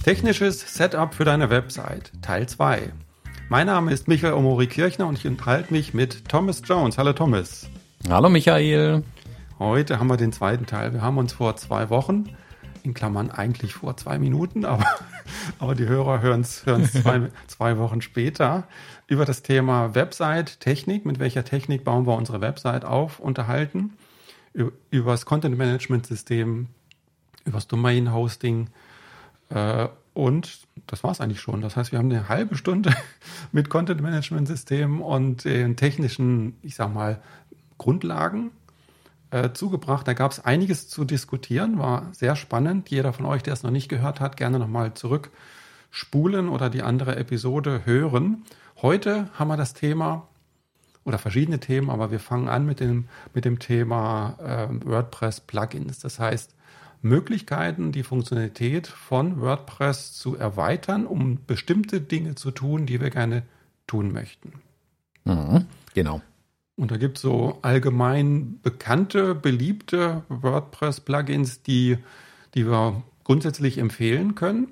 Technisches Setup für deine Website, Teil 2. Mein Name ist Michael Omori-Kirchner und ich unterhalte mich mit Thomas Jones. Hallo Thomas. Hallo Michael. Heute haben wir den zweiten Teil. Wir haben uns vor 2 Wochen, in Klammern eigentlich vor 2 Minuten, aber die Hörer hören es zwei Wochen später, über das Thema Website-Technik, mit welcher Technik bauen wir unsere Website auf, unterhalten, über das Content-Management-System, über das Domain-Hosting, und das war es eigentlich schon. Das heißt, wir haben eine halbe Stunde mit Content-Management-System und den technischen, ich sag mal, Grundlagen zugebracht. Da gab es einiges zu diskutieren, war sehr spannend. Jeder von euch, der es noch nicht gehört hat, gerne nochmal zurückspulen oder die andere Episode hören. Heute haben wir das Thema oder verschiedene Themen, aber wir fangen an mit dem Thema WordPress-Plugins. Das heißt, Möglichkeiten, die Funktionalität von WordPress zu erweitern, um bestimmte Dinge zu tun, die wir gerne tun möchten. Mhm, genau. Und da gibt es so allgemein bekannte, beliebte WordPress-Plugins, die wir grundsätzlich empfehlen können.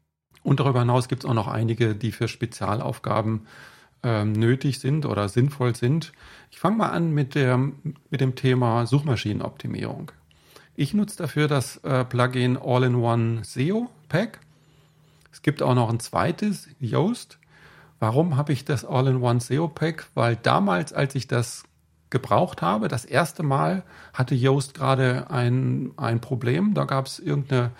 Und darüber hinaus gibt es auch noch einige, die für Spezialaufgaben nötig sind oder sinnvoll sind. Ich fange mal an mit dem Thema Suchmaschinenoptimierung. Ich nutze dafür das Plugin All-in-One SEO Pack. Es gibt auch noch ein zweites, Yoast. Warum habe ich das All-in-One SEO Pack? Weil damals, als ich das gebraucht habe, das erste Mal, hatte Yoast gerade ein Problem. Da gab es irgendeine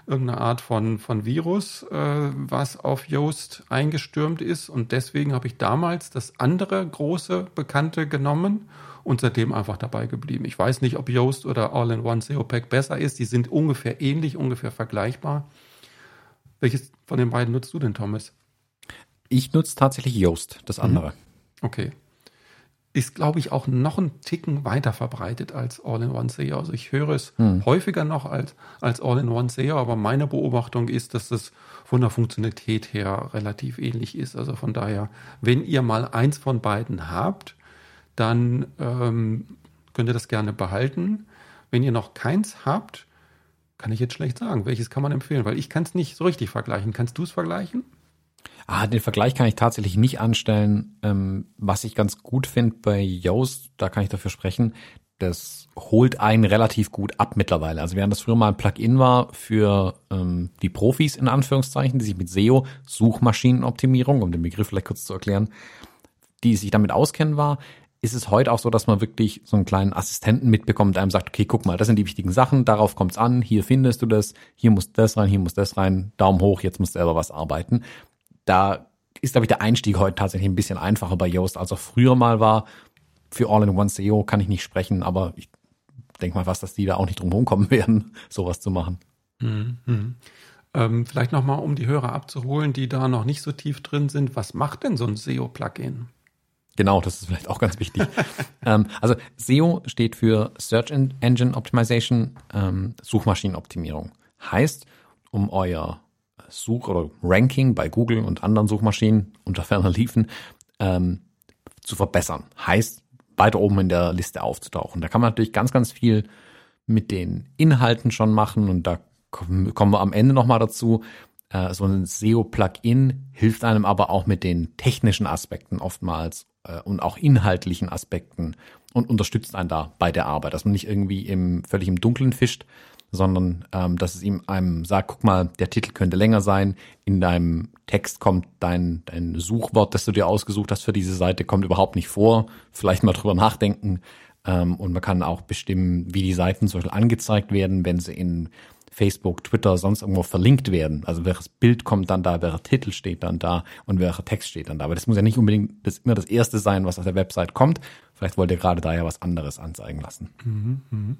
Art von Virus, was auf Yoast eingestürmt ist. Und deswegen habe ich damals das andere große Bekannte genommen und seitdem einfach dabei geblieben. Ich weiß nicht, ob Yoast oder All-in-One SEO Pack besser ist. Die sind ungefähr ähnlich, ungefähr vergleichbar. Welches von den beiden nutzt du denn, Thomas? Ich nutze tatsächlich Yoast, das andere. Okay. Ist, glaube ich, auch noch einen Ticken weiter verbreitet als All-in-One SEO. Also ich höre es häufiger noch als All-in-One SEO, aber meine Beobachtung ist, dass es von der Funktionalität her relativ ähnlich ist. Also von daher, wenn ihr mal eins von beiden habt, dann könnt ihr das gerne behalten. Wenn ihr noch keins habt, kann ich jetzt schlecht sagen, welches kann man empfehlen, weil ich kann es nicht so richtig vergleichen. Kannst du es vergleichen? Den Vergleich kann ich tatsächlich nicht anstellen. Was ich ganz gut finde bei Yoast, da kann ich dafür sprechen, das holt einen relativ gut ab mittlerweile. Also während das früher mal ein Plugin war für die Profis in Anführungszeichen, die sich mit SEO, Suchmaschinenoptimierung, um den Begriff vielleicht kurz zu erklären, die sich damit auskennen war, ist es heute auch so, dass man wirklich so einen kleinen Assistenten mitbekommt, der einem sagt, okay, guck mal, das sind die wichtigen Sachen, darauf kommt's an, hier findest du das, hier muss das rein, hier muss das rein, Daumen hoch, jetzt musst du selber was arbeiten. Da ist, glaube ich, der Einstieg heute tatsächlich ein bisschen einfacher bei Yoast, als er früher mal war. Für All-in-One SEO kann ich nicht sprechen, aber ich denke mal fast, dass die da auch nicht drum rumkommen werden, sowas zu machen. Vielleicht nochmal, um die Hörer abzuholen, die da noch nicht so tief drin sind, was macht denn so ein SEO-Plugin? Genau, das ist vielleicht auch ganz wichtig. Also SEO steht für Search Engine Optimization, Suchmaschinenoptimierung. Heißt, um euer Such- oder Ranking bei Google und anderen Suchmaschinen unter ferner liefen zu verbessern. Heißt, weiter oben in der Liste aufzutauchen. Da kann man natürlich ganz, ganz viel mit den Inhalten schon machen und da kommen wir am Ende nochmal dazu. So ein SEO-Plugin hilft einem aber auch mit den technischen Aspekten oftmals und auch inhaltlichen Aspekten und unterstützt einen da bei der Arbeit, dass man nicht irgendwie völlig im Dunkeln fischt, sondern dass es einem sagt, guck mal, der Titel könnte länger sein, in deinem Text kommt dein Suchwort, das du dir ausgesucht hast für diese Seite, kommt überhaupt nicht vor, vielleicht mal drüber nachdenken und man kann auch bestimmen, wie die Seiten zum Beispiel angezeigt werden, wenn sie in Facebook, Twitter, sonst irgendwo verlinkt werden. Also welches Bild kommt dann da, welcher Titel steht dann da und welcher Text steht dann da. Aber das muss ja nicht unbedingt immer das Erste sein, was auf der Website kommt. Vielleicht wollt ihr gerade da ja was anderes anzeigen lassen.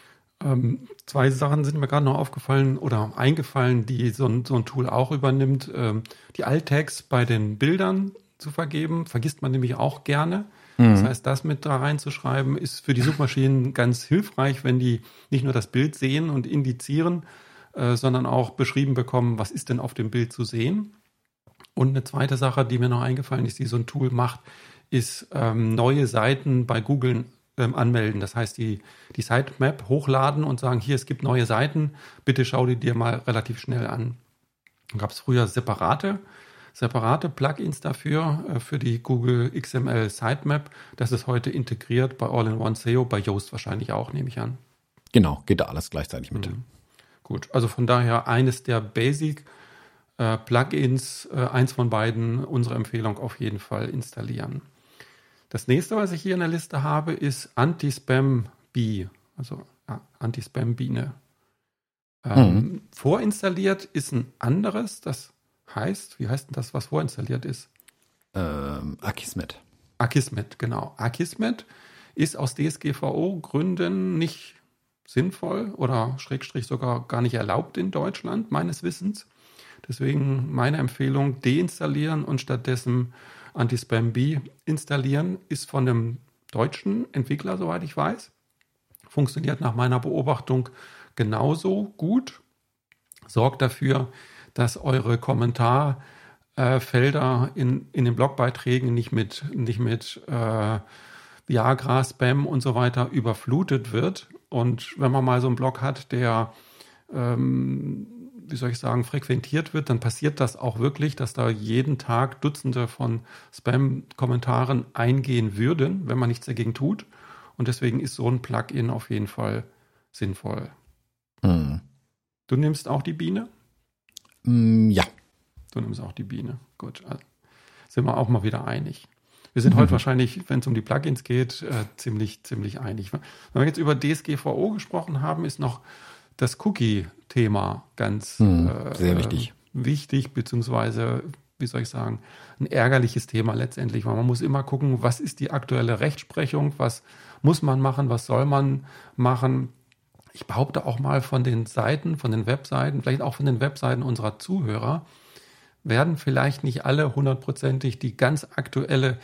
2 Sachen sind mir gerade noch aufgefallen oder eingefallen, die so ein Tool auch übernimmt. Die Alt-Tags bei den Bildern zu vergeben, vergisst man nämlich auch gerne. Das heißt, das mit da reinzuschreiben, ist für die Suchmaschinen ganz hilfreich, wenn die nicht nur das Bild sehen und indizieren, sondern auch beschrieben bekommen, was ist denn auf dem Bild zu sehen. Und eine zweite Sache, die mir noch eingefallen ist, die so ein Tool macht, ist neue Seiten bei Google anmelden. Das heißt, die Sitemap hochladen und sagen, hier, es gibt neue Seiten, bitte schau die dir mal relativ schnell an. Dann gab es früher separate Plugins dafür, für die Google XML Sitemap. Das ist heute integriert bei All-in-One SEO, bei Yoast wahrscheinlich auch, nehme ich an. Genau, geht da alles gleichzeitig mit. Gut, also von daher eines der Basic Plugins, eins von beiden, unsere Empfehlung auf jeden Fall installieren. Das nächste, was ich hier in der Liste habe, ist Anti-Spam Bee, also Anti-Spam Biene. Vorinstalliert ist ein anderes, das heißt, wie heißt denn das, was vorinstalliert ist? Akismet. Akismet, genau. Akismet ist aus DSGVO-Gründen nicht sinnvoll oder Schrägstrich sogar gar nicht erlaubt in Deutschland, meines Wissens. Deswegen meine Empfehlung, deinstallieren und stattdessen Anti-Spam Bee installieren, ist von einem deutschen Entwickler, soweit ich weiß. Funktioniert nach meiner Beobachtung genauso gut. Sorgt dafür, dass eure Kommentarfelder in den Blogbeiträgen nicht mit Viagra, Spam und so weiter überflutet wird. Und wenn man mal so einen Blog hat, der frequentiert wird, dann passiert das auch wirklich, dass da jeden Tag Dutzende von Spam-Kommentaren eingehen würden, wenn man nichts dagegen tut. Und deswegen ist so ein Plugin auf jeden Fall sinnvoll. Du nimmst auch die Biene? Ja. Du nimmst auch die Biene. Gut, also sind wir auch mal wieder einig. Wir sind heute wahrscheinlich, wenn es um die Plugins geht, ziemlich einig. Wenn wir jetzt über DSGVO gesprochen haben, ist noch das Cookie-Thema ganz sehr wichtig, beziehungsweise, ein ärgerliches Thema letztendlich, weil man muss immer gucken, was ist die aktuelle Rechtsprechung, was muss man machen, was soll man machen. Ich behaupte auch mal von den Webseiten, vielleicht auch von den Webseiten unserer Zuhörer, werden vielleicht nicht alle hundertprozentig die ganz aktuelle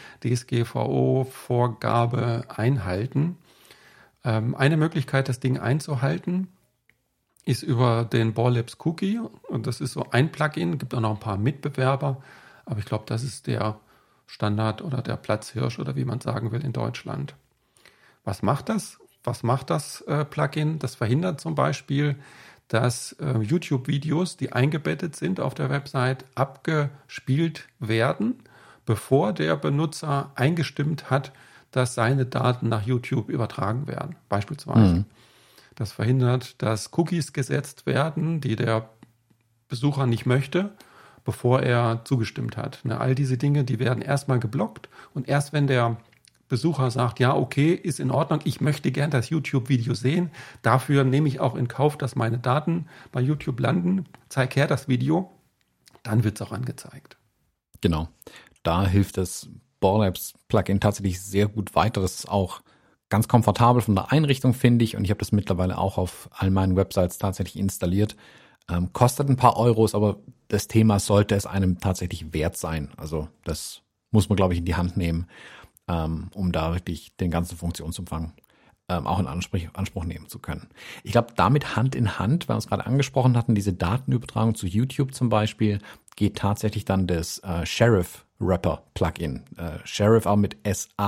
DSGVO-Vorgabe einhalten. Eine Möglichkeit, das Ding einzuhalten, ist über den Borlabs Cookie. Und das ist so ein Plugin, gibt auch noch ein paar Mitbewerber. Aber ich glaube, das ist der Standard oder der Platzhirsch oder wie man sagen will in Deutschland. Was macht das? Plugin? Das verhindert zum Beispiel, dass YouTube-Videos, die eingebettet sind auf der Website, abgespielt werden, bevor der Benutzer eingestimmt hat, dass seine Daten nach YouTube übertragen werden, beispielsweise. Das verhindert, dass Cookies gesetzt werden, die der Besucher nicht möchte, bevor er zugestimmt hat. All diese Dinge, die werden erstmal geblockt und erst wenn der Besucher sagt, ja, okay, ist in Ordnung, ich möchte gern das YouTube-Video sehen, dafür nehme ich auch in Kauf, dass meine Daten bei YouTube landen, zeig her das Video, dann wird es auch angezeigt. Genau, da hilft das Borlabs Plugin tatsächlich sehr gut weiter. Das ist auch ganz komfortabel von der Einrichtung, finde ich, und ich habe das mittlerweile auch auf all meinen Websites tatsächlich installiert. Kostet ein paar Euros, aber das Thema sollte es einem tatsächlich wert sein. Also das muss man, glaube ich, in die Hand nehmen, um da wirklich den ganzen Funktionsumfang auch in Anspruch nehmen zu können. Ich glaube, damit Hand in Hand, weil wir es gerade angesprochen hatten, diese Datenübertragung zu YouTube zum Beispiel, geht tatsächlich dann das Sheriff Wrapper Plugin. Sheriff auch mit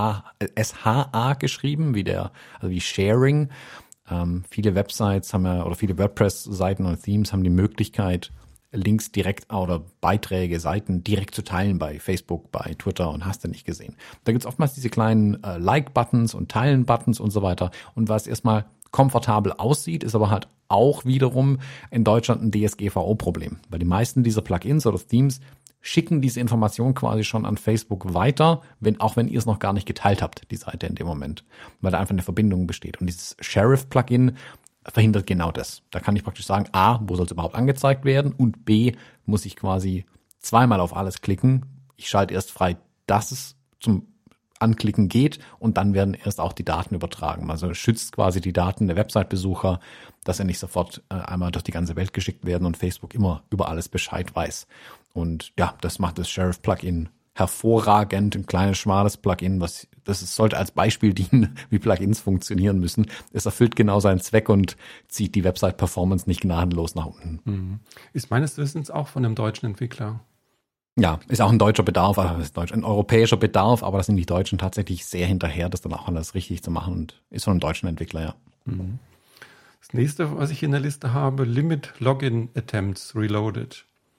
SHA geschrieben, wie Sharing. Viele Websites haben ja, oder viele WordPress-Seiten oder Themes haben die Möglichkeit, Links direkt oder Beiträge, Seiten direkt zu teilen bei Facebook, bei Twitter und hast du nicht gesehen. Da gibt es oftmals diese kleinen Like-Buttons und Teilen-Buttons und so weiter. Und was erstmal komfortabel aussieht, ist aber halt auch wiederum in Deutschland ein DSGVO-Problem. Weil die meisten dieser Plugins oder Themes schicken diese Information quasi schon an Facebook weiter, auch wenn ihr es noch gar nicht geteilt habt, die Seite in dem Moment. Weil da einfach eine Verbindung besteht. Und dieses Sheriff-Plugin verhindert genau das. Da kann ich praktisch sagen, A, wo soll es überhaupt angezeigt werden und B, muss ich quasi zweimal auf alles klicken. Ich schalte erst frei, dass es zum Anklicken geht und dann werden erst auch die Daten übertragen. Also schützt quasi die Daten der Website-Besucher, dass sie nicht sofort einmal durch die ganze Welt geschickt werden und Facebook immer über alles Bescheid weiß. Und ja, das macht das Sheriff-Plugin hervorragend, ein kleines, schmales Plugin, sollte als Beispiel dienen, wie Plugins funktionieren müssen. Es erfüllt genau seinen Zweck und zieht die Website-Performance nicht gnadenlos nach unten. Ist meines Wissens auch von einem deutschen Entwickler. Ja, ist auch ein deutscher Bedarf, ein europäischer Bedarf, aber da sind die Deutschen tatsächlich sehr hinterher, das dann auch alles richtig zu machen und ist von einem deutschen Entwickler, ja. Das nächste, was ich in der Liste habe, Limit Login Attempts Reloaded.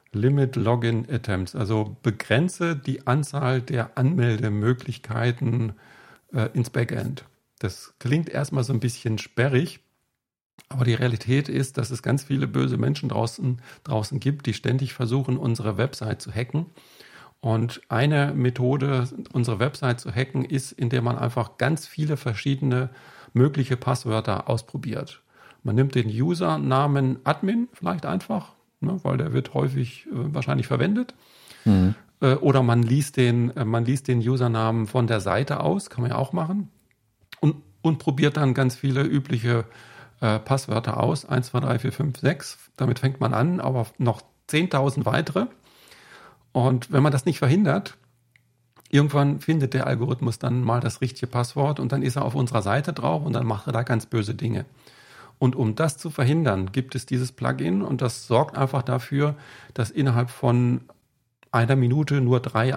Limit Login Attempts, also begrenze die Anzahl der Anmeldemöglichkeiten ins Backend. Das klingt erstmal so ein bisschen sperrig, aber die Realität ist, dass es ganz viele böse Menschen draußen gibt, die ständig versuchen, unsere Website zu hacken. Und eine Methode, unsere Website zu hacken, ist, indem man einfach ganz viele verschiedene mögliche Passwörter ausprobiert. Man nimmt den Usernamen Admin vielleicht einfach, ne, weil der wird häufig wahrscheinlich verwendet. Mhm. Oder man liest den Usernamen von der Seite aus, kann man ja auch machen. Und probiert dann ganz viele übliche Passwörter aus. 1, 2, 3, 4, 5, 6. Damit fängt man an, aber noch 10.000 weitere. Und wenn man das nicht verhindert, irgendwann findet der Algorithmus dann mal das richtige Passwort und dann ist er auf unserer Seite drauf und dann macht er da ganz böse Dinge. Und um das zu verhindern, gibt es dieses Plugin und das sorgt einfach dafür, dass innerhalb von einer Minute nur 3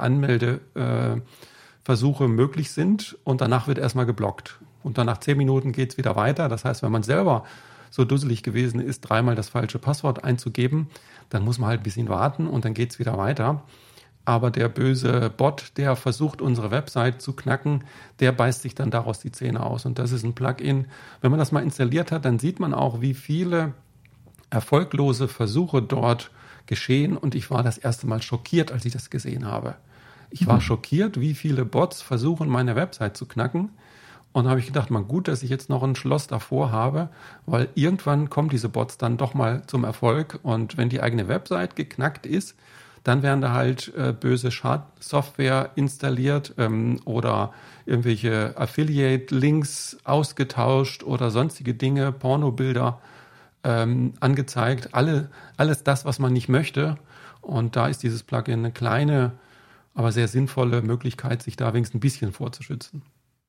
Anmeldeversuche möglich sind und danach wird erstmal geblockt. Und dann nach 10 Minuten geht es wieder weiter. Das heißt, wenn man selber so dusselig gewesen ist, 3-mal das falsche Passwort einzugeben, dann muss man halt ein bisschen warten und dann geht es wieder weiter. Aber der böse Bot, der versucht, unsere Website zu knacken, der beißt sich dann daraus die Zähne aus. Und das ist ein Plugin. Wenn man das mal installiert hat, dann sieht man auch, wie viele erfolglose Versuche dort geschehen. Und ich war das erste Mal schockiert, als ich das gesehen habe. Ich war schockiert, wie viele Bots versuchen, meine Website zu knacken. Und da habe ich gedacht, man gut, dass ich jetzt noch ein Schloss davor habe, weil irgendwann kommen diese Bots dann doch mal zum Erfolg. Und wenn die eigene Website geknackt ist, dann werden da halt böse Schadsoftware installiert oder irgendwelche Affiliate-Links ausgetauscht oder sonstige Dinge, Pornobilder angezeigt. Alles das, was man nicht möchte. Und da ist dieses Plugin eine kleine, aber sehr sinnvolle Möglichkeit, sich da wenigstens ein bisschen vorzuschützen.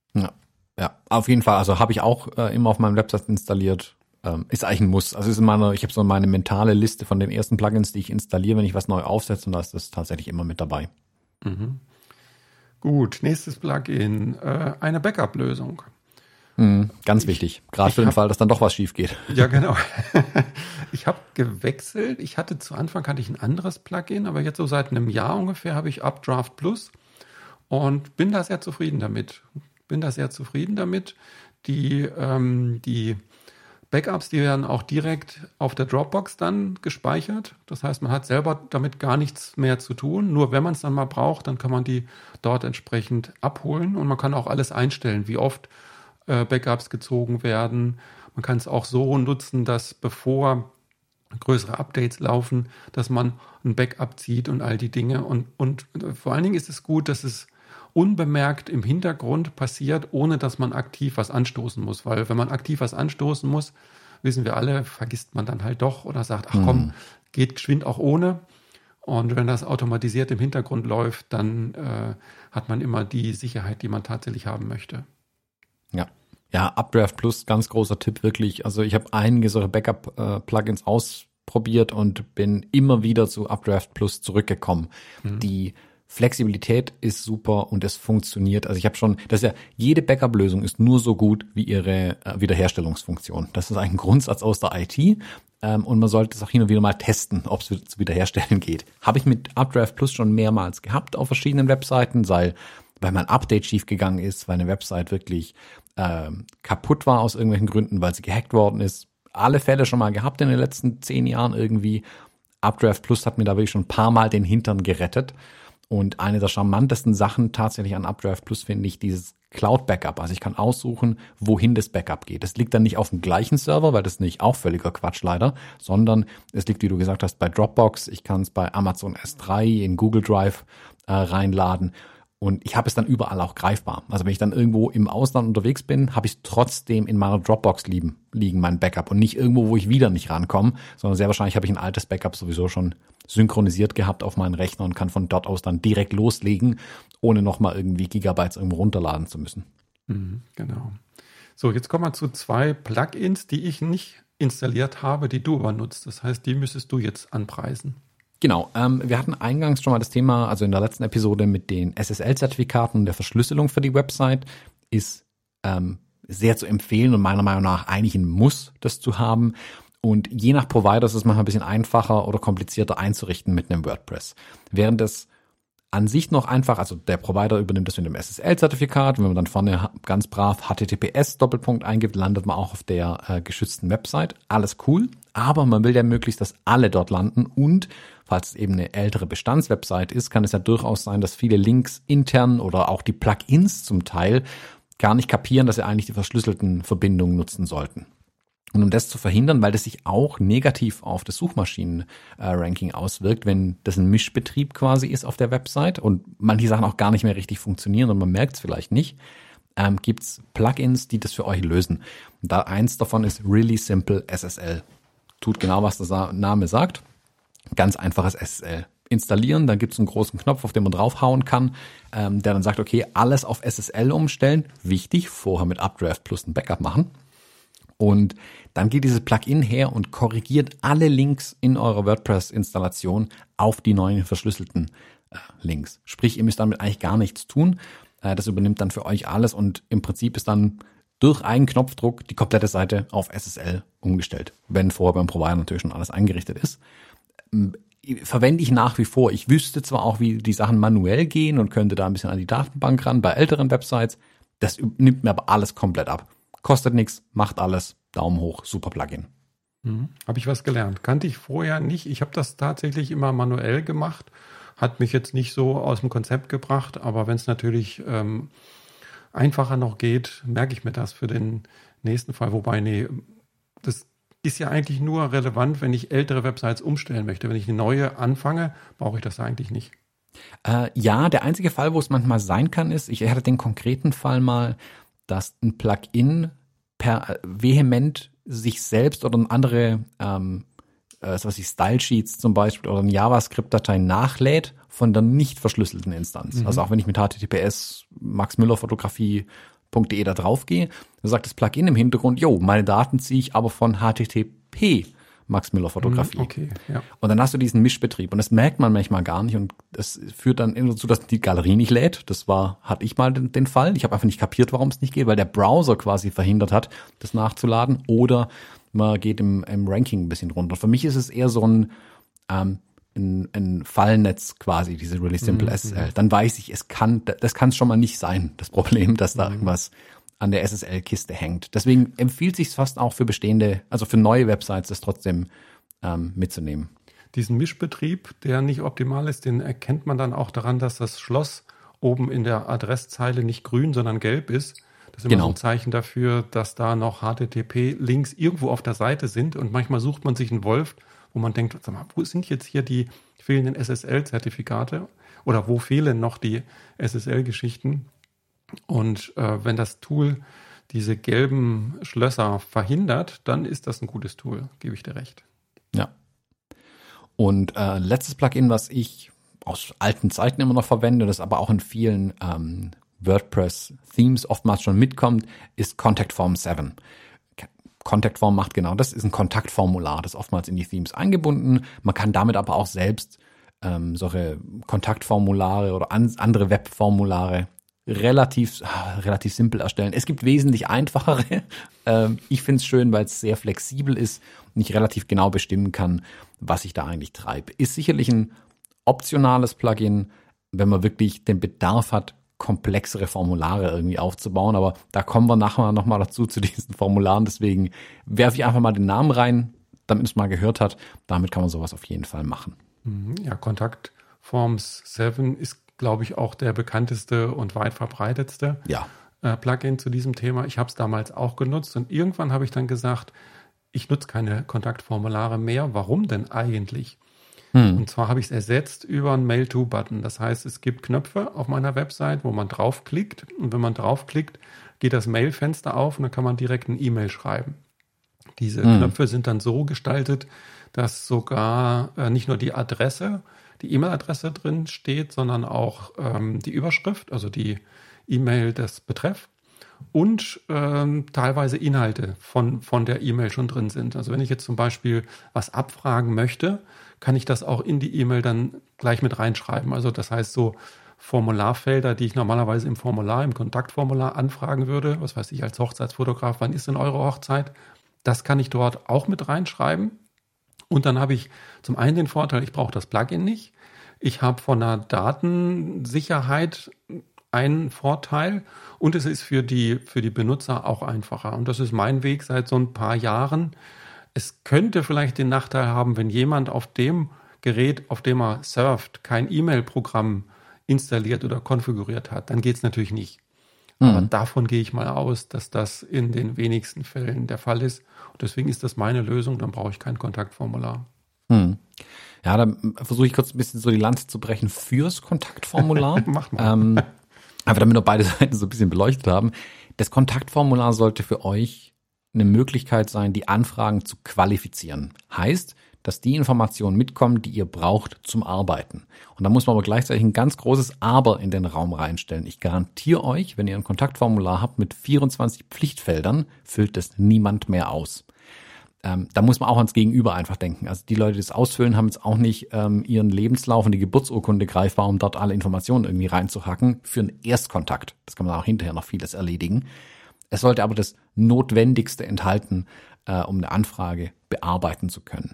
Ja, auf jeden Fall. Also habe ich auch immer auf meinem Website installiert. Ist eigentlich ein Muss. Also ich habe so meine mentale Liste von den ersten Plugins, die ich installiere, wenn ich was neu aufsetze, und da ist das tatsächlich immer mit dabei. Mhm. Gut, nächstes Plugin, eine Backup-Lösung. Ganz wichtig, gerade für den Fall, dass dann doch was schief geht. Ja, genau. Ich habe gewechselt. Zu Anfang hatte ich ein anderes Plugin, aber jetzt so seit einem Jahr ungefähr habe ich Updraft Plus und bin da sehr zufrieden damit. Die Backups, die werden auch direkt auf der Dropbox dann gespeichert. Das heißt, man hat selber damit gar nichts mehr zu tun. Nur wenn man es dann mal braucht, dann kann man die dort entsprechend abholen. Und man kann auch alles einstellen, wie oft Backups gezogen werden. Man kann es auch so nutzen, dass bevor größere Updates laufen, dass man ein Backup zieht und all die Dinge. Und vor allen Dingen ist es gut, dass es unbemerkt im Hintergrund passiert, ohne dass man aktiv was anstoßen muss. Weil wenn man aktiv was anstoßen muss, wissen wir alle, vergisst man dann halt doch oder sagt, ach komm, geht geschwind auch ohne. Und wenn das automatisiert im Hintergrund läuft, dann hat man immer die Sicherheit, die man tatsächlich haben möchte. Ja, Updraft Plus, ganz großer Tipp wirklich. Also ich habe einige solche Backup-Plugins ausprobiert und bin immer wieder zu Updraft Plus zurückgekommen. Die Flexibilität ist super und es funktioniert. Also ich habe schon, jede Backup-Lösung ist nur so gut wie ihre Wiederherstellungsfunktion. Das ist ein Grundsatz aus der IT und man sollte es auch hin und wieder mal testen, ob es zu wiederherstellen geht. Habe ich mit Updraft Plus schon mehrmals gehabt auf verschiedenen Webseiten, weil mein Update schiefgegangen ist, weil eine Website wirklich kaputt war aus irgendwelchen Gründen, weil sie gehackt worden ist. Alle Fälle schon mal gehabt in den letzten 10 Jahren irgendwie. Updraft Plus hat mir da wirklich schon ein paar Mal den Hintern gerettet. Und eine der charmantesten Sachen tatsächlich an Updraft Plus finde ich dieses Cloud-Backup. Also ich kann aussuchen, wohin das Backup geht. Das liegt dann nicht auf dem gleichen Server, weil das nicht auch völliger Quatsch leider, sondern es liegt, wie du gesagt hast, bei Dropbox. Ich kann es bei Amazon S3 in Google Drive reinladen. Und ich habe es dann überall auch greifbar. Also wenn ich dann irgendwo im Ausland unterwegs bin, habe ich es trotzdem in meiner Dropbox liegen, mein Backup. Und nicht irgendwo, wo ich wieder nicht rankomme, sondern sehr wahrscheinlich habe ich ein altes Backup sowieso schon synchronisiert gehabt auf meinen Rechner und kann von dort aus dann direkt loslegen, ohne nochmal irgendwie Gigabytes irgendwo runterladen zu müssen. Genau. So, jetzt kommen wir zu 2 Plugins, die ich nicht installiert habe, die du aber nutzt. Das heißt, die müsstest du jetzt anpreisen. Genau, wir hatten eingangs schon mal das Thema, also in der letzten Episode mit den SSL-Zertifikaten und der Verschlüsselung für die Website, ist sehr zu empfehlen und meiner Meinung nach eigentlich ein Muss, das zu haben. Und je nach Provider ist es manchmal ein bisschen einfacher oder komplizierter einzurichten mit einem WordPress. Während es an sich noch einfach, also der Provider übernimmt das mit dem SSL-Zertifikat. Wenn man dann vorne ganz brav HTTPS Doppelpunkt eingibt, landet man auch auf der geschützten Website. Alles cool, aber man will ja möglichst, dass alle dort landen. Und falls es eben eine ältere Bestandswebsite ist, kann es ja durchaus sein, dass viele Links intern oder auch die Plugins zum Teil gar nicht kapieren, dass sie eigentlich die verschlüsselten Verbindungen nutzen sollten. Und um das zu verhindern, weil das sich auch negativ auf das Suchmaschinen-Ranking auswirkt, wenn das ein Mischbetrieb quasi ist auf der Website und manche Sachen auch gar nicht mehr richtig funktionieren und man merkt es vielleicht nicht, gibt's Plugins, die das für euch lösen. Und da eins davon ist Really Simple SSL. Tut genau, was der Name sagt. Ganz einfaches SSL. Installieren, dann gibt's einen großen Knopf, auf den man draufhauen kann, der dann sagt, okay, alles auf SSL umstellen. Wichtig, vorher mit Updraft plus ein Backup machen. Und dann geht dieses Plugin her und korrigiert alle Links in eurer WordPress-Installation auf die neuen verschlüsselten Links. Sprich, ihr müsst damit eigentlich gar nichts tun. Das übernimmt dann für euch alles und im Prinzip ist dann durch einen Knopfdruck die komplette Seite auf SSL umgestellt, wenn vorher beim Provider natürlich schon alles eingerichtet ist. Verwende ich nach wie vor. Ich wüsste zwar auch, wie die Sachen manuell gehen und könnte da ein bisschen an die Datenbank ran bei älteren Websites. Das nimmt mir aber alles komplett ab. Kostet nichts, macht alles, Daumen hoch, super Plugin. Habe ich was gelernt. Kannte ich vorher nicht. Ich habe das tatsächlich immer manuell gemacht. Hat mich jetzt nicht so aus dem Konzept gebracht, aber wenn es natürlich einfacher noch geht, merke ich mir das für den nächsten Fall. Wobei, nee, das ist ja eigentlich nur relevant, wenn ich ältere Websites umstellen möchte. Wenn ich eine neue anfange, brauche ich das eigentlich nicht. Ja, der einzige Fall, wo es manchmal sein kann, ist, ich hatte den konkreten Fall mal, dass ein Plugin vehement sich selbst oder andere Style Sheets zum Beispiel oder eine JavaScript-Datei nachlädt von der nicht verschlüsselten Instanz. Also auch wenn ich mit HTTPS maxmüllerfotografie.de da drauf gehe, dann sagt das Plugin im Hintergrund, meine Daten ziehe ich aber von HTTP Max Müller Fotografie. Okay, ja. Und dann hast du diesen Mischbetrieb und das merkt man manchmal gar nicht und das führt dann immer dazu, dass die Galerie nicht lädt. Hatte ich mal den Fall. Ich habe einfach nicht kapiert, warum es nicht geht, weil der Browser quasi verhindert hat, das nachzuladen oder man geht im Ranking ein bisschen runter. Für mich ist es eher so ein Fallnetz quasi, diese Really Simple SSL. Dann weiß ich, das kann es schon mal nicht sein, das Problem, dass da irgendwas an der SSL-Kiste hängt. Deswegen empfiehlt sich fast auch für bestehende, also für neue Websites, das trotzdem mitzunehmen. Diesen Mischbetrieb, der nicht optimal ist, den erkennt man dann auch daran, dass das Schloss oben in der Adresszeile nicht grün, sondern gelb ist. Das ist immer so ein Zeichen dafür, dass da noch HTTP-Links irgendwo auf der Seite sind und manchmal sucht man sich einen Wolf, wo man denkt, sag mal, wo sind jetzt hier die fehlenden SSL-Zertifikate oder wo fehlen noch die SSL-Geschichten? Und wenn das Tool diese gelben Schlösser verhindert, dann ist das ein gutes Tool, gebe ich dir recht. Ja. Und letztes Plugin, was ich aus alten Zeiten immer noch verwende, das aber auch in vielen WordPress-Themes oftmals schon mitkommt, ist Contact Form 7. Contact Form macht genau das, ist ein Kontaktformular, das ist oftmals in die Themes eingebunden. Man kann damit aber auch selbst solche Kontaktformulare oder andere Webformulare relativ simpel erstellen. Es gibt wesentlich einfachere. Ich finde es schön, weil es sehr flexibel ist und ich relativ genau bestimmen kann, was ich da eigentlich treibe. Ist sicherlich ein optionales Plugin, wenn man wirklich den Bedarf hat, komplexere Formulare irgendwie aufzubauen. Aber da kommen wir nachher nochmal dazu zu diesen Formularen. Deswegen werfe ich einfach mal den Namen rein, damit es mal gehört hat. Damit kann man sowas auf jeden Fall machen. Ja, Contact Forms 7 ist, glaube ich, auch der bekannteste und weit verbreitetste Plugin zu diesem Thema. Ich habe es damals auch genutzt und irgendwann habe ich dann gesagt, ich nutze keine Kontaktformulare mehr. Warum denn eigentlich? Und zwar habe ich es ersetzt über einen Mail-to-Button. Das heißt, es gibt Knöpfe auf meiner Website, wo man draufklickt. Und wenn man draufklickt, geht das Mail-Fenster auf und dann kann man direkt eine E-Mail schreiben. Diese Knöpfe sind dann so gestaltet, dass sogar nicht nur die E-Mail-Adresse drin steht, sondern auch die Überschrift, also die E-Mail des Betreff und teilweise Inhalte von der E-Mail schon drin sind. Also wenn ich jetzt zum Beispiel was abfragen möchte, kann ich das auch in die E-Mail dann gleich mit reinschreiben. Also das heißt so Formularfelder, die ich normalerweise im Kontaktformular anfragen würde, was weiß ich als Hochzeitsfotograf, wann ist denn eure Hochzeit? Das kann ich dort auch mit reinschreiben. Und dann habe ich zum einen den Vorteil, ich brauche das Plugin nicht. Ich habe von der Datensicherheit einen Vorteil und es ist für die Benutzer auch einfacher. Und das ist mein Weg seit so ein paar Jahren. Es könnte vielleicht den Nachteil haben, wenn jemand auf dem Gerät, auf dem er surft, kein E-Mail-Programm installiert oder konfiguriert hat, dann geht es natürlich nicht. Aber davon gehe ich mal aus, dass das in den wenigsten Fällen der Fall ist. Und deswegen ist das meine Lösung, dann brauche ich kein Kontaktformular. Ja, dann versuche ich kurz ein bisschen so die Lanze zu brechen fürs Kontaktformular. Mach mal. Einfach damit wir beide Seiten so ein bisschen beleuchtet haben. Das Kontaktformular sollte für euch eine Möglichkeit sein, die Anfragen zu qualifizieren. Heißt, dass die Informationen mitkommen, die ihr braucht zum Arbeiten. Und da muss man aber gleichzeitig ein ganz großes Aber in den Raum reinstellen. Ich garantiere euch, wenn ihr ein Kontaktformular habt mit 24 Pflichtfeldern, füllt das niemand mehr aus. Da muss man auch ans Gegenüber einfach denken. Also die Leute, die das ausfüllen, haben jetzt auch nicht ihren Lebenslauf und die Geburtsurkunde greifbar, um dort alle Informationen irgendwie reinzuhacken für einen Erstkontakt. Das kann man auch hinterher noch vieles erledigen. Es sollte aber das Notwendigste enthalten, um eine Anfrage bearbeiten zu können.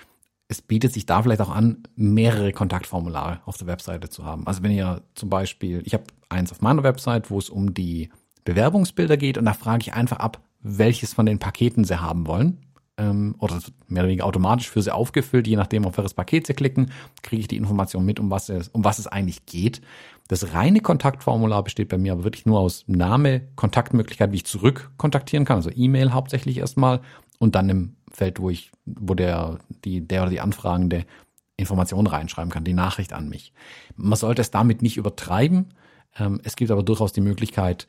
Es bietet sich da vielleicht auch an, mehrere Kontaktformulare auf der Webseite zu haben. Also wenn ihr zum Beispiel, ich habe eins auf meiner Website, wo es um die Bewerbungsbilder geht und da frage ich einfach ab, welches von den Paketen sie haben wollen. Oder mehr oder weniger automatisch für sie aufgefüllt, je nachdem, auf welches Paket sie klicken, kriege ich die Information mit, um was es eigentlich geht. Das reine Kontaktformular besteht bei mir aber wirklich nur aus Name, Kontaktmöglichkeit, wie ich zurück kontaktieren kann, also E-Mail hauptsächlich erstmal und dann im Feld, wo der oder die Anfragende Informationen reinschreiben kann, die Nachricht an mich. Man sollte es damit nicht übertreiben. Es gibt aber durchaus die Möglichkeit,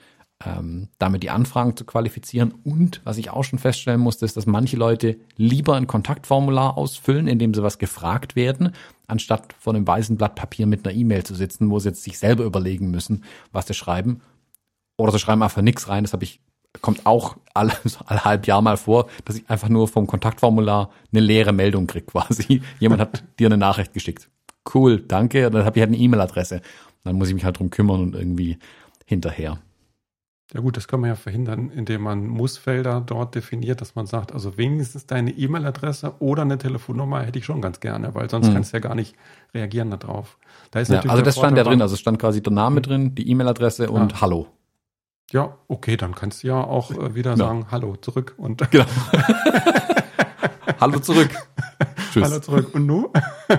damit die Anfragen zu qualifizieren. Und was ich auch schon feststellen musste, ist, dass manche Leute lieber ein Kontaktformular ausfüllen, indem sie was gefragt werden, anstatt vor einem weißen Blatt Papier mit einer E-Mail zu sitzen, wo sie jetzt sich selber überlegen müssen, was sie schreiben. Oder sie schreiben einfach nichts rein. Das kommt auch alle halb Jahr mal vor, dass ich einfach nur vom Kontaktformular eine leere Meldung kriege quasi. Jemand hat dir eine Nachricht geschickt. Cool, danke. Und dann habe ich halt eine E-Mail-Adresse. Dann muss ich mich halt drum kümmern und irgendwie hinterher. Ja gut, das kann man ja verhindern, indem man Mussfelder dort definiert, dass man sagt, also wenigstens deine E-Mail-Adresse oder eine Telefonnummer hätte ich schon ganz gerne, weil sonst kannst du ja gar nicht reagieren darauf. Da ist also das stand ja drin, also es stand quasi der Name drin, die E-Mail-Adresse und Hallo. Ja, okay, dann kannst du ja auch wieder sagen, Hallo zurück und genau. Hallo zurück. Tschüss. Hallo zurück und nu?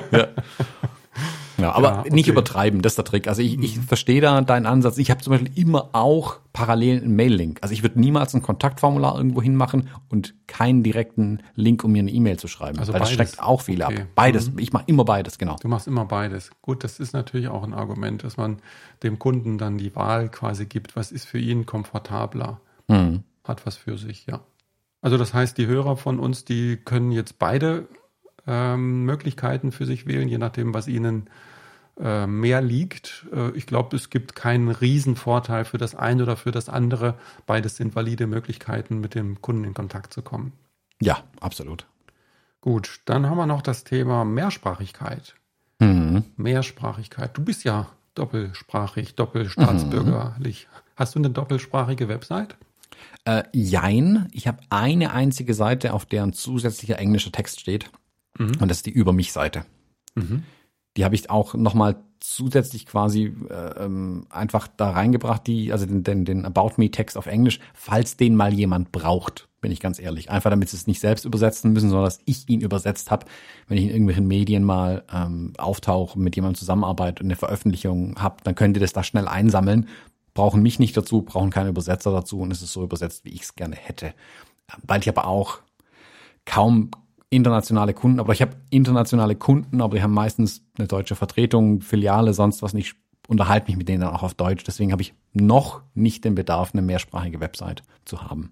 Ja, aber nicht übertreiben, das ist der Trick. Also ich verstehe da deinen Ansatz. Ich habe zum Beispiel immer auch parallel einen Mail-Link. Also ich würde niemals ein Kontaktformular irgendwo hinmachen und keinen direkten Link, um mir eine E-Mail zu schreiben. Also weil beides. Das schreckt auch viele ab. Beides. Ich mache immer beides, genau. Du machst immer beides. Gut, das ist natürlich auch ein Argument, dass man dem Kunden dann die Wahl quasi gibt, was ist für ihn komfortabler. Hat was für sich, ja. Also das heißt, die Hörer von uns, die können jetzt beide Möglichkeiten für sich wählen, je nachdem, was ihnen mehr liegt. Ich glaube, es gibt keinen Riesenvorteil für das eine oder für das andere. Beides sind valide Möglichkeiten, mit dem Kunden in Kontakt zu kommen. Ja, absolut. Gut, dann haben wir noch das Thema Mehrsprachigkeit. Mehrsprachigkeit. Du bist ja doppelsprachig, doppelstaatsbürgerlich. Hast du eine doppelsprachige Website? Jein. Ich habe eine einzige Seite, auf der ein zusätzlicher englischer Text steht. Und das ist die Über mich-Seite. Die habe ich auch nochmal zusätzlich quasi einfach da reingebracht, also den About Me-Text auf Englisch, falls den mal jemand braucht, bin ich ganz ehrlich. Einfach damit sie es nicht selbst übersetzen müssen, sondern dass ich ihn übersetzt habe, wenn ich in irgendwelchen Medien mal auftauche, mit jemandem zusammenarbeite und eine Veröffentlichung habe, dann könnt ihr das da schnell einsammeln, brauchen mich nicht dazu, brauchen keine Übersetzer dazu und es ist so übersetzt, wie ich es gerne hätte. Weil ich aber auch kaum internationale Kunden, aber ich habe internationale Kunden, aber die haben meistens eine deutsche Vertretung, Filiale, sonst was nicht, unterhalte mich mit denen dann auch auf Deutsch. Deswegen habe ich noch nicht den Bedarf, eine mehrsprachige Website zu haben.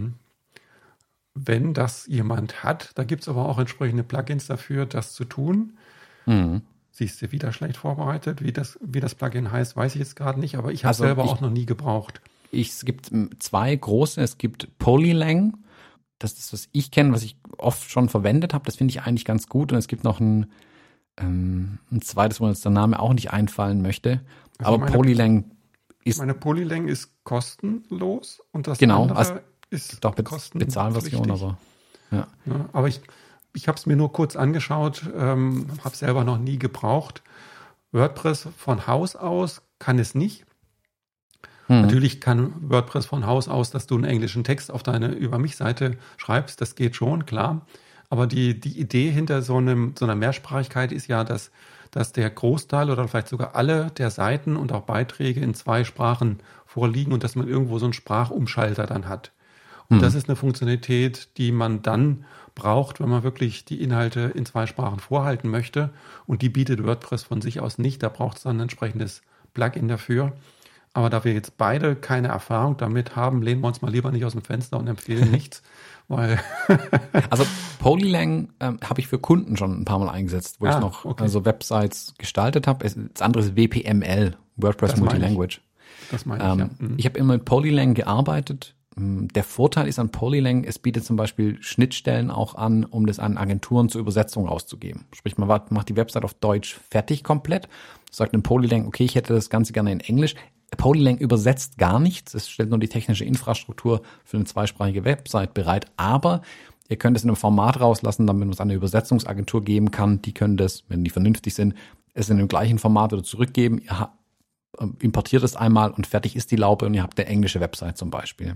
Wenn das jemand hat, da gibt es aber auch entsprechende Plugins dafür, das zu tun. Siehst du, wieder schlecht vorbereitet. Wie das Plugin heißt, weiß ich jetzt gerade nicht, aber ich habe es selber auch noch nie gebraucht. Es gibt zwei große, es gibt Polylang. Das ist, was ich kenne, was ich oft schon verwendet habe. Das finde ich eigentlich ganz gut. Und es gibt noch ein zweites, wo uns der Name auch nicht einfallen möchte. Also aber Polylang ist... Meine Polylang ist kostenlos und das genau, andere ist doch Bezahlversion, aber... Ja. Ja, aber ich habe es mir nur kurz angeschaut, habe es selber noch nie gebraucht. WordPress von Haus aus kann es nicht. Natürlich kann WordPress von Haus aus, dass du einen englischen Text auf deine Über-mich-Seite schreibst, das geht schon, klar. Aber die Idee hinter so einer Mehrsprachigkeit ist ja, dass der Großteil oder vielleicht sogar alle der Seiten und auch Beiträge in 2 Sprachen vorliegen und dass man irgendwo so einen Sprachumschalter dann hat. Und das ist eine Funktionalität, die man dann braucht, wenn man wirklich die Inhalte in 2 Sprachen vorhalten möchte. Und die bietet WordPress von sich aus nicht. Da braucht es dann ein entsprechendes Plugin dafür. Aber da wir jetzt beide keine Erfahrung damit haben, lehnen wir uns mal lieber nicht aus dem Fenster und empfehlen nichts. Weil also Polylang habe ich für Kunden schon ein paar Mal eingesetzt, wo ich noch also Websites gestaltet habe. Das andere ist WPML, WordPress Multilanguage. Das meine ich, Ich habe immer mit Polylang gearbeitet. Der Vorteil ist an Polylang, es bietet zum Beispiel Schnittstellen auch an, um das an Agenturen zur Übersetzung rauszugeben. Sprich, man macht die Website auf Deutsch fertig komplett, sagt in Polylang, okay, ich hätte das Ganze gerne in Englisch. Polylang übersetzt gar nichts, es stellt nur die technische Infrastruktur für eine 2-sprachige Website bereit, aber ihr könnt es in einem Format rauslassen, damit man es an eine Übersetzungsagentur geben kann. Die können das, wenn die vernünftig sind, es in dem gleichen Format wieder zurückgeben. Ihr importiert es einmal und fertig ist die Laupe und ihr habt eine englische Website zum Beispiel.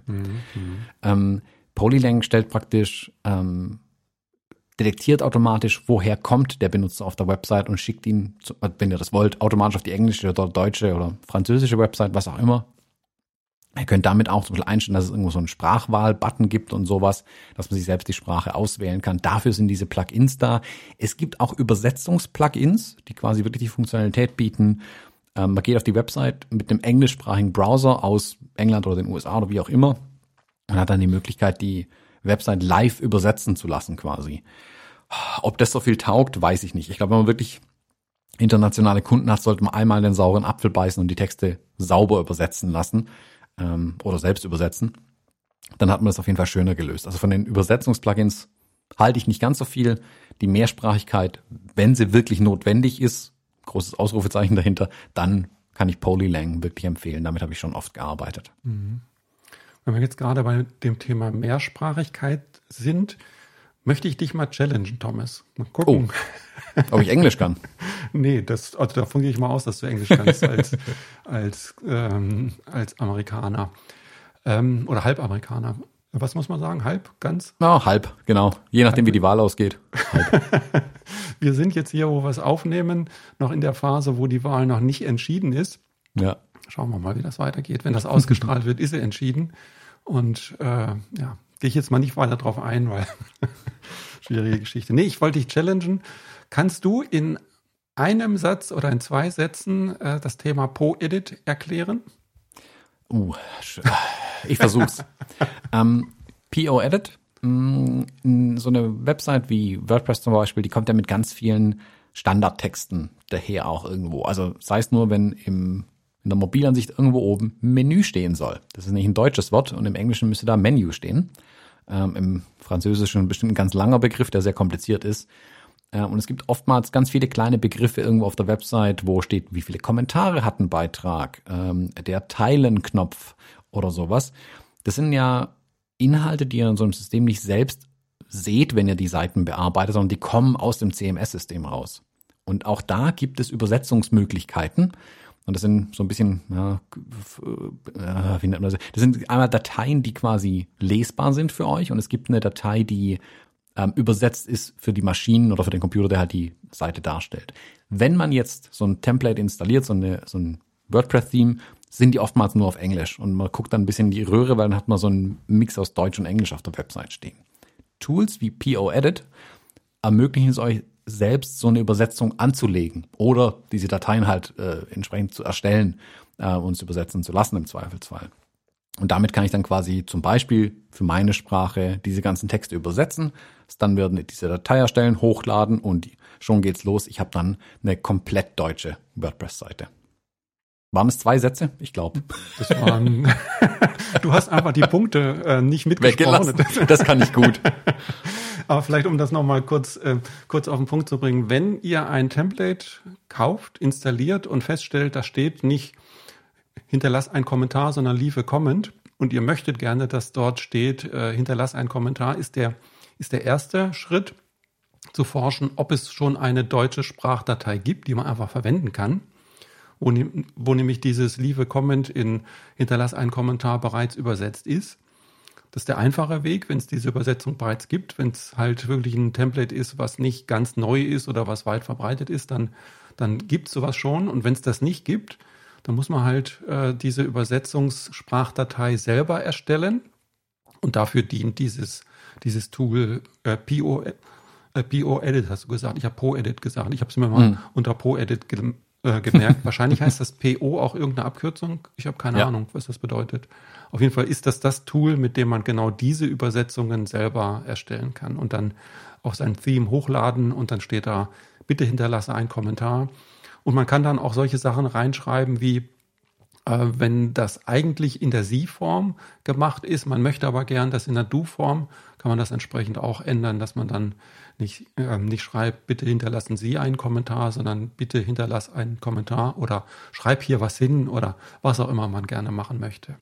Polylang stellt praktisch, detektiert automatisch, woher kommt der Benutzer auf der Website und schickt ihn, wenn ihr das wollt, automatisch auf die englische oder deutsche oder französische Website, was auch immer. Ihr könnt damit auch zum Beispiel einstellen, dass es irgendwo so einen Sprachwahl-Button gibt und sowas, dass man sich selbst die Sprache auswählen kann. Dafür sind diese Plugins da. Es gibt auch Übersetzungs-Plugins, die quasi wirklich die Funktionalität bieten. Man geht auf die Website mit einem englischsprachigen Browser aus England oder den USA oder wie auch immer und hat dann die Möglichkeit, die Website live übersetzen zu lassen quasi. Ob das so viel taugt, weiß ich nicht. Ich glaube, wenn man wirklich internationale Kunden hat, sollte man einmal den sauren Apfel beißen und die Texte sauber übersetzen lassen oder selbst übersetzen. Dann hat man das auf jeden Fall schöner gelöst. Also von den Übersetzungsplugins halte ich nicht ganz so viel. Die Mehrsprachigkeit, wenn sie wirklich notwendig ist, großes Ausrufezeichen dahinter, dann kann ich Polylang wirklich empfehlen. Damit habe ich schon oft gearbeitet. Wenn wir jetzt gerade bei dem Thema Mehrsprachigkeit sind, möchte ich dich mal challengen, Thomas. Mal gucken. Oh, ob ich Englisch kann? Nee, davon gehe ich mal aus, dass du Englisch kannst als Amerikaner oder Halbamerikaner. Was muss man sagen? Halb? Ganz? Ja, halb, genau. Je nachdem, wie die Wahl ausgeht. Halb. Wir sind jetzt hier, wo wir es aufnehmen, noch in der Phase, wo die Wahl noch nicht entschieden ist. Ja. Schauen wir mal, wie das weitergeht. Wenn das ausgestrahlt wird, ist er entschieden. Und gehe ich jetzt mal nicht weiter drauf ein, weil schwierige Geschichte. Nee, ich wollte dich challengen. Kannst du in einem Satz oder in 2 Sätzen das Thema Po-Edit erklären? Ich versuch's. Po-Edit, so eine Website wie WordPress zum Beispiel, die kommt ja mit ganz vielen Standardtexten daher auch irgendwo. Also sei es nur, wenn in der Mobilansicht irgendwo oben Menü stehen soll. Das ist nicht ein deutsches Wort und im Englischen müsste da Menu stehen. Im Französischen bestimmt ein ganz langer Begriff, der sehr kompliziert ist. Und es gibt oftmals ganz viele kleine Begriffe irgendwo auf der Website, wo steht, wie viele Kommentare hat ein Beitrag, der Teilen-Knopf oder sowas. Das sind ja Inhalte, die ihr in so einem System nicht selbst seht, wenn ihr die Seiten bearbeitet, sondern die kommen aus dem CMS-System raus. Und auch da gibt es Übersetzungsmöglichkeiten. Und das sind so ein bisschen, wie nennt man das? Das sind einmal Dateien, die quasi lesbar sind für euch. Und es gibt eine Datei, die übersetzt ist für die Maschinen oder für den Computer, der halt die Seite darstellt. Wenn man jetzt so ein Template installiert, so ein WordPress-Theme, sind die oftmals nur auf Englisch. Und man guckt dann ein bisschen in die Röhre, weil dann hat man so einen Mix aus Deutsch und Englisch auf der Website stehen. Tools wie Po-Edit ermöglichen es euch, selbst so eine Übersetzung anzulegen oder diese Dateien halt entsprechend zu erstellen und zu übersetzen zu lassen im Zweifelsfall. Und damit kann ich dann quasi zum Beispiel für meine Sprache diese ganzen Texte übersetzen. Dann werden diese Datei erstellen, hochladen und schon geht's los. Ich habe dann eine komplett deutsche WordPress-Seite. Waren es 2 Sätze? Ich glaube. Das waren. Du hast einfach die Punkte nicht mitgesprochen. Das kann ich gut. Aber vielleicht, um das nochmal kurz auf den Punkt zu bringen. Wenn ihr ein Template kauft, installiert und feststellt, da steht nicht hinterlass einen Kommentar, sondern leave a comment und ihr möchtet gerne, dass dort steht, hinterlass einen Kommentar, ist ist der erste Schritt, zu forschen, ob es schon eine deutsche Sprachdatei gibt, die man einfach verwenden kann, wo nämlich dieses Leave a Comment in Hinterlass einen Kommentar bereits übersetzt ist. Das ist der einfache Weg, wenn es diese Übersetzung bereits gibt. Wenn es halt wirklich ein Template ist, was nicht ganz neu ist oder was weit verbreitet ist, dann gibt es sowas schon. Und wenn es das nicht gibt, dann muss man halt diese Übersetzungssprachdatei selber erstellen. Und dafür dient dieses Tool PO-Edit, hast du gesagt. Ich habe PO-Edit gesagt. Ich habe es mir mal unter PO-Edit gemerkt. Wahrscheinlich heißt das PO auch irgendeine Abkürzung. Ich habe keine Ahnung, was das bedeutet. Auf jeden Fall ist das Tool, mit dem man genau diese Übersetzungen selber erstellen kann und dann auch sein Theme hochladen und dann steht da, bitte hinterlasse einen Kommentar. Und man kann dann auch solche Sachen reinschreiben wie, wenn das eigentlich in der Sie-Form gemacht ist, man möchte aber gern das in der Du-Form, kann man das entsprechend auch ändern, dass man dann nicht schreibt, bitte hinterlassen Sie einen Kommentar, sondern bitte hinterlass einen Kommentar oder schreib hier was hin oder was auch immer man gerne machen möchte.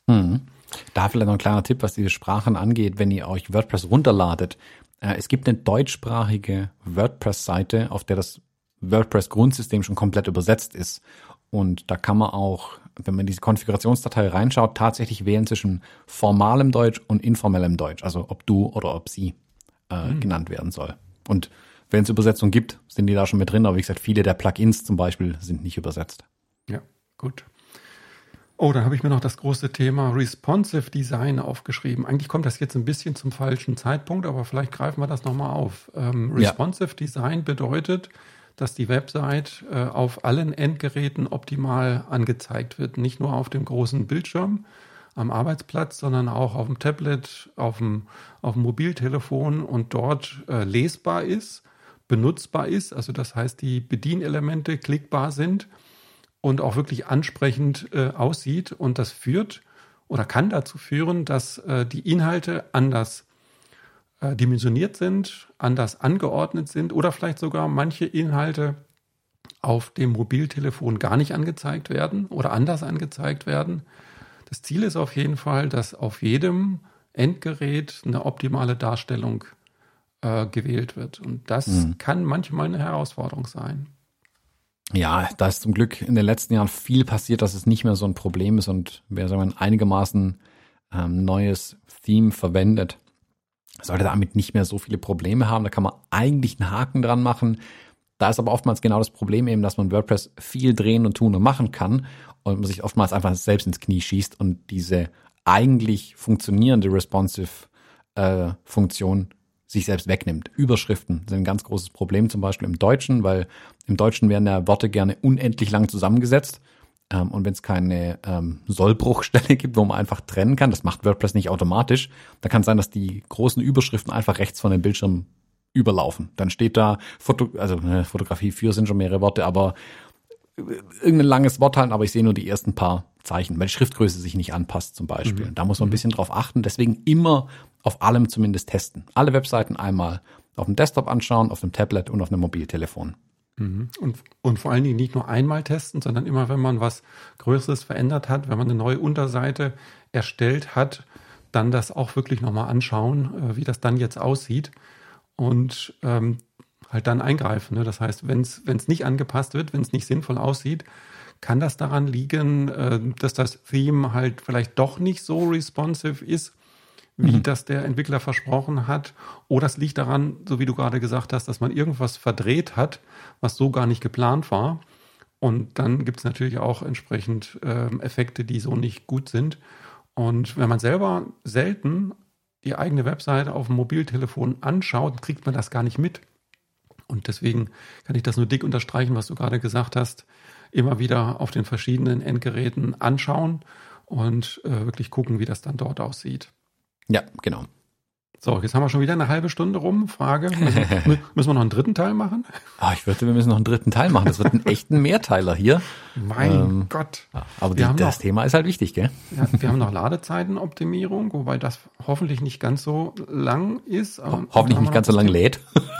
Da vielleicht noch ein kleiner Tipp, was diese Sprachen angeht, wenn ihr euch WordPress runterladet. Es gibt eine deutschsprachige WordPress-Seite, auf der das WordPress-Grundsystem schon komplett übersetzt ist. Und da kann man auch, wenn man diese Konfigurationsdatei reinschaut, tatsächlich wählen zwischen formalem Deutsch und informellem Deutsch. Also ob du oder ob sie genannt werden soll. Und wenn es Übersetzungen gibt, sind die da schon mit drin. Aber wie gesagt, viele der Plugins zum Beispiel sind nicht übersetzt. Ja, gut. Oh, dann habe ich mir noch das große Thema Responsive Design aufgeschrieben. Eigentlich kommt das jetzt ein bisschen zum falschen Zeitpunkt, aber vielleicht greifen wir das nochmal auf. Responsive Design bedeutet, dass die Website auf allen Endgeräten optimal angezeigt wird. Nicht nur auf dem großen Bildschirm am Arbeitsplatz, sondern auch auf dem Tablet, auf dem Mobiltelefon und dort lesbar ist, benutzbar ist. Also das heißt, die Bedienelemente klickbar sind und auch wirklich ansprechend aussieht. Und das führt oder kann dazu führen, dass die Inhalte anders dimensioniert sind, anders angeordnet sind oder vielleicht sogar manche Inhalte auf dem Mobiltelefon gar nicht angezeigt werden oder anders angezeigt werden. Das Ziel ist auf jeden Fall, dass auf jedem Endgerät eine optimale Darstellung gewählt wird. Und das kann manchmal eine Herausforderung sein. Ja, da ist zum Glück in den letzten Jahren viel passiert, dass es nicht mehr so ein Problem ist und wer sagen wir, ein einigermaßen neues Theme verwendet, sollte damit nicht mehr so viele Probleme haben. Da kann man eigentlich einen Haken dran machen. Da ist aber oftmals genau das Problem eben, dass man WordPress viel drehen und tun und machen kann und man sich oftmals einfach selbst ins Knie schießt und diese eigentlich funktionierende Responsive-Funktion sich selbst wegnimmt. Überschriften sind ein ganz großes Problem, zum Beispiel im Deutschen, weil im Deutschen werden ja Worte gerne unendlich lang zusammengesetzt. Und wenn es keine Sollbruchstelle gibt, wo man einfach trennen kann, das macht WordPress nicht automatisch, dann kann es sein, dass die großen Überschriften einfach rechts von dem Bildschirm überlaufen. Dann steht da, Fotografie für sind schon mehrere Worte, aber irgendein langes Wort halt, aber ich sehe nur die ersten paar Zeichen, weil die Schriftgröße sich nicht anpasst zum Beispiel. Da muss man ein bisschen drauf achten, deswegen immer auf allem zumindest testen. Alle Webseiten einmal auf dem Desktop anschauen, auf dem Tablet und auf einem Mobiltelefon. Und vor allen Dingen nicht nur einmal testen, sondern immer, wenn man was Größeres verändert hat, wenn man eine neue Unterseite erstellt hat, dann das auch wirklich nochmal anschauen, wie das dann jetzt aussieht und halt dann eingreifen. Ne? Das heißt, wenn es nicht angepasst wird, wenn es nicht sinnvoll aussieht, kann das daran liegen, dass das Theme halt vielleicht doch nicht so responsive ist, wie das der Entwickler versprochen hat. Oder es liegt daran, so wie du gerade gesagt hast, dass man irgendwas verdreht hat, was so gar nicht geplant war. Und dann gibt es natürlich auch entsprechend Effekte, die so nicht gut sind. Und wenn man selber selten die eigene Webseite auf dem Mobiltelefon anschaut, kriegt man das gar nicht mit. Und deswegen kann ich das nur dick unterstreichen, was du gerade gesagt hast. Immer wieder auf den verschiedenen Endgeräten anschauen und wirklich gucken, wie das dann dort aussieht. Ja, genau. So, jetzt haben wir schon wieder eine halbe Stunde rum. Frage, müssen wir noch einen dritten Teil machen? Ich fürchte, wir müssen noch einen dritten Teil machen. Das wird ein echten Mehrteiler hier. Mein Gott. Aber das Thema ist halt wichtig, gell? Ja, wir haben noch Ladezeitenoptimierung, wobei das hoffentlich nicht ganz so lang ist. Hoffentlich nicht ganz so lang lädt.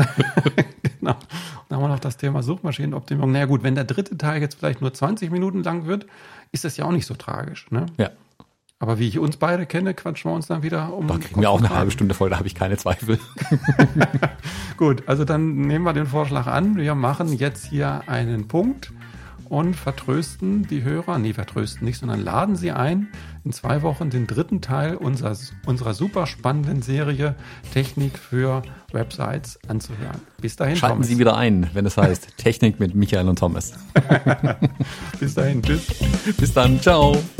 Genau. Dann haben wir noch das Thema Suchmaschinenoptimierung. Naja gut, wenn der dritte Teil jetzt vielleicht nur 20 Minuten lang wird, ist das ja auch nicht so tragisch. Ne? Ja. Aber wie ich uns beide kenne, quatschen wir uns dann wieder um. Da kriegen wir auch eine halbe Stunde voll, da habe ich keine Zweifel. Gut, also dann nehmen wir den Vorschlag an. Wir machen jetzt hier einen Punkt und vertrösten die Hörer, vertrösten nicht, sondern laden sie ein, in 2 Wochen den 3. Teil unserer super spannenden Serie Technik für Websites anzuhören. Bis dahin, Schalten Thomas. Sie wieder ein, wenn es heißt Technik mit Michael und Thomas. Bis dahin, tschüss. Bis dann, ciao.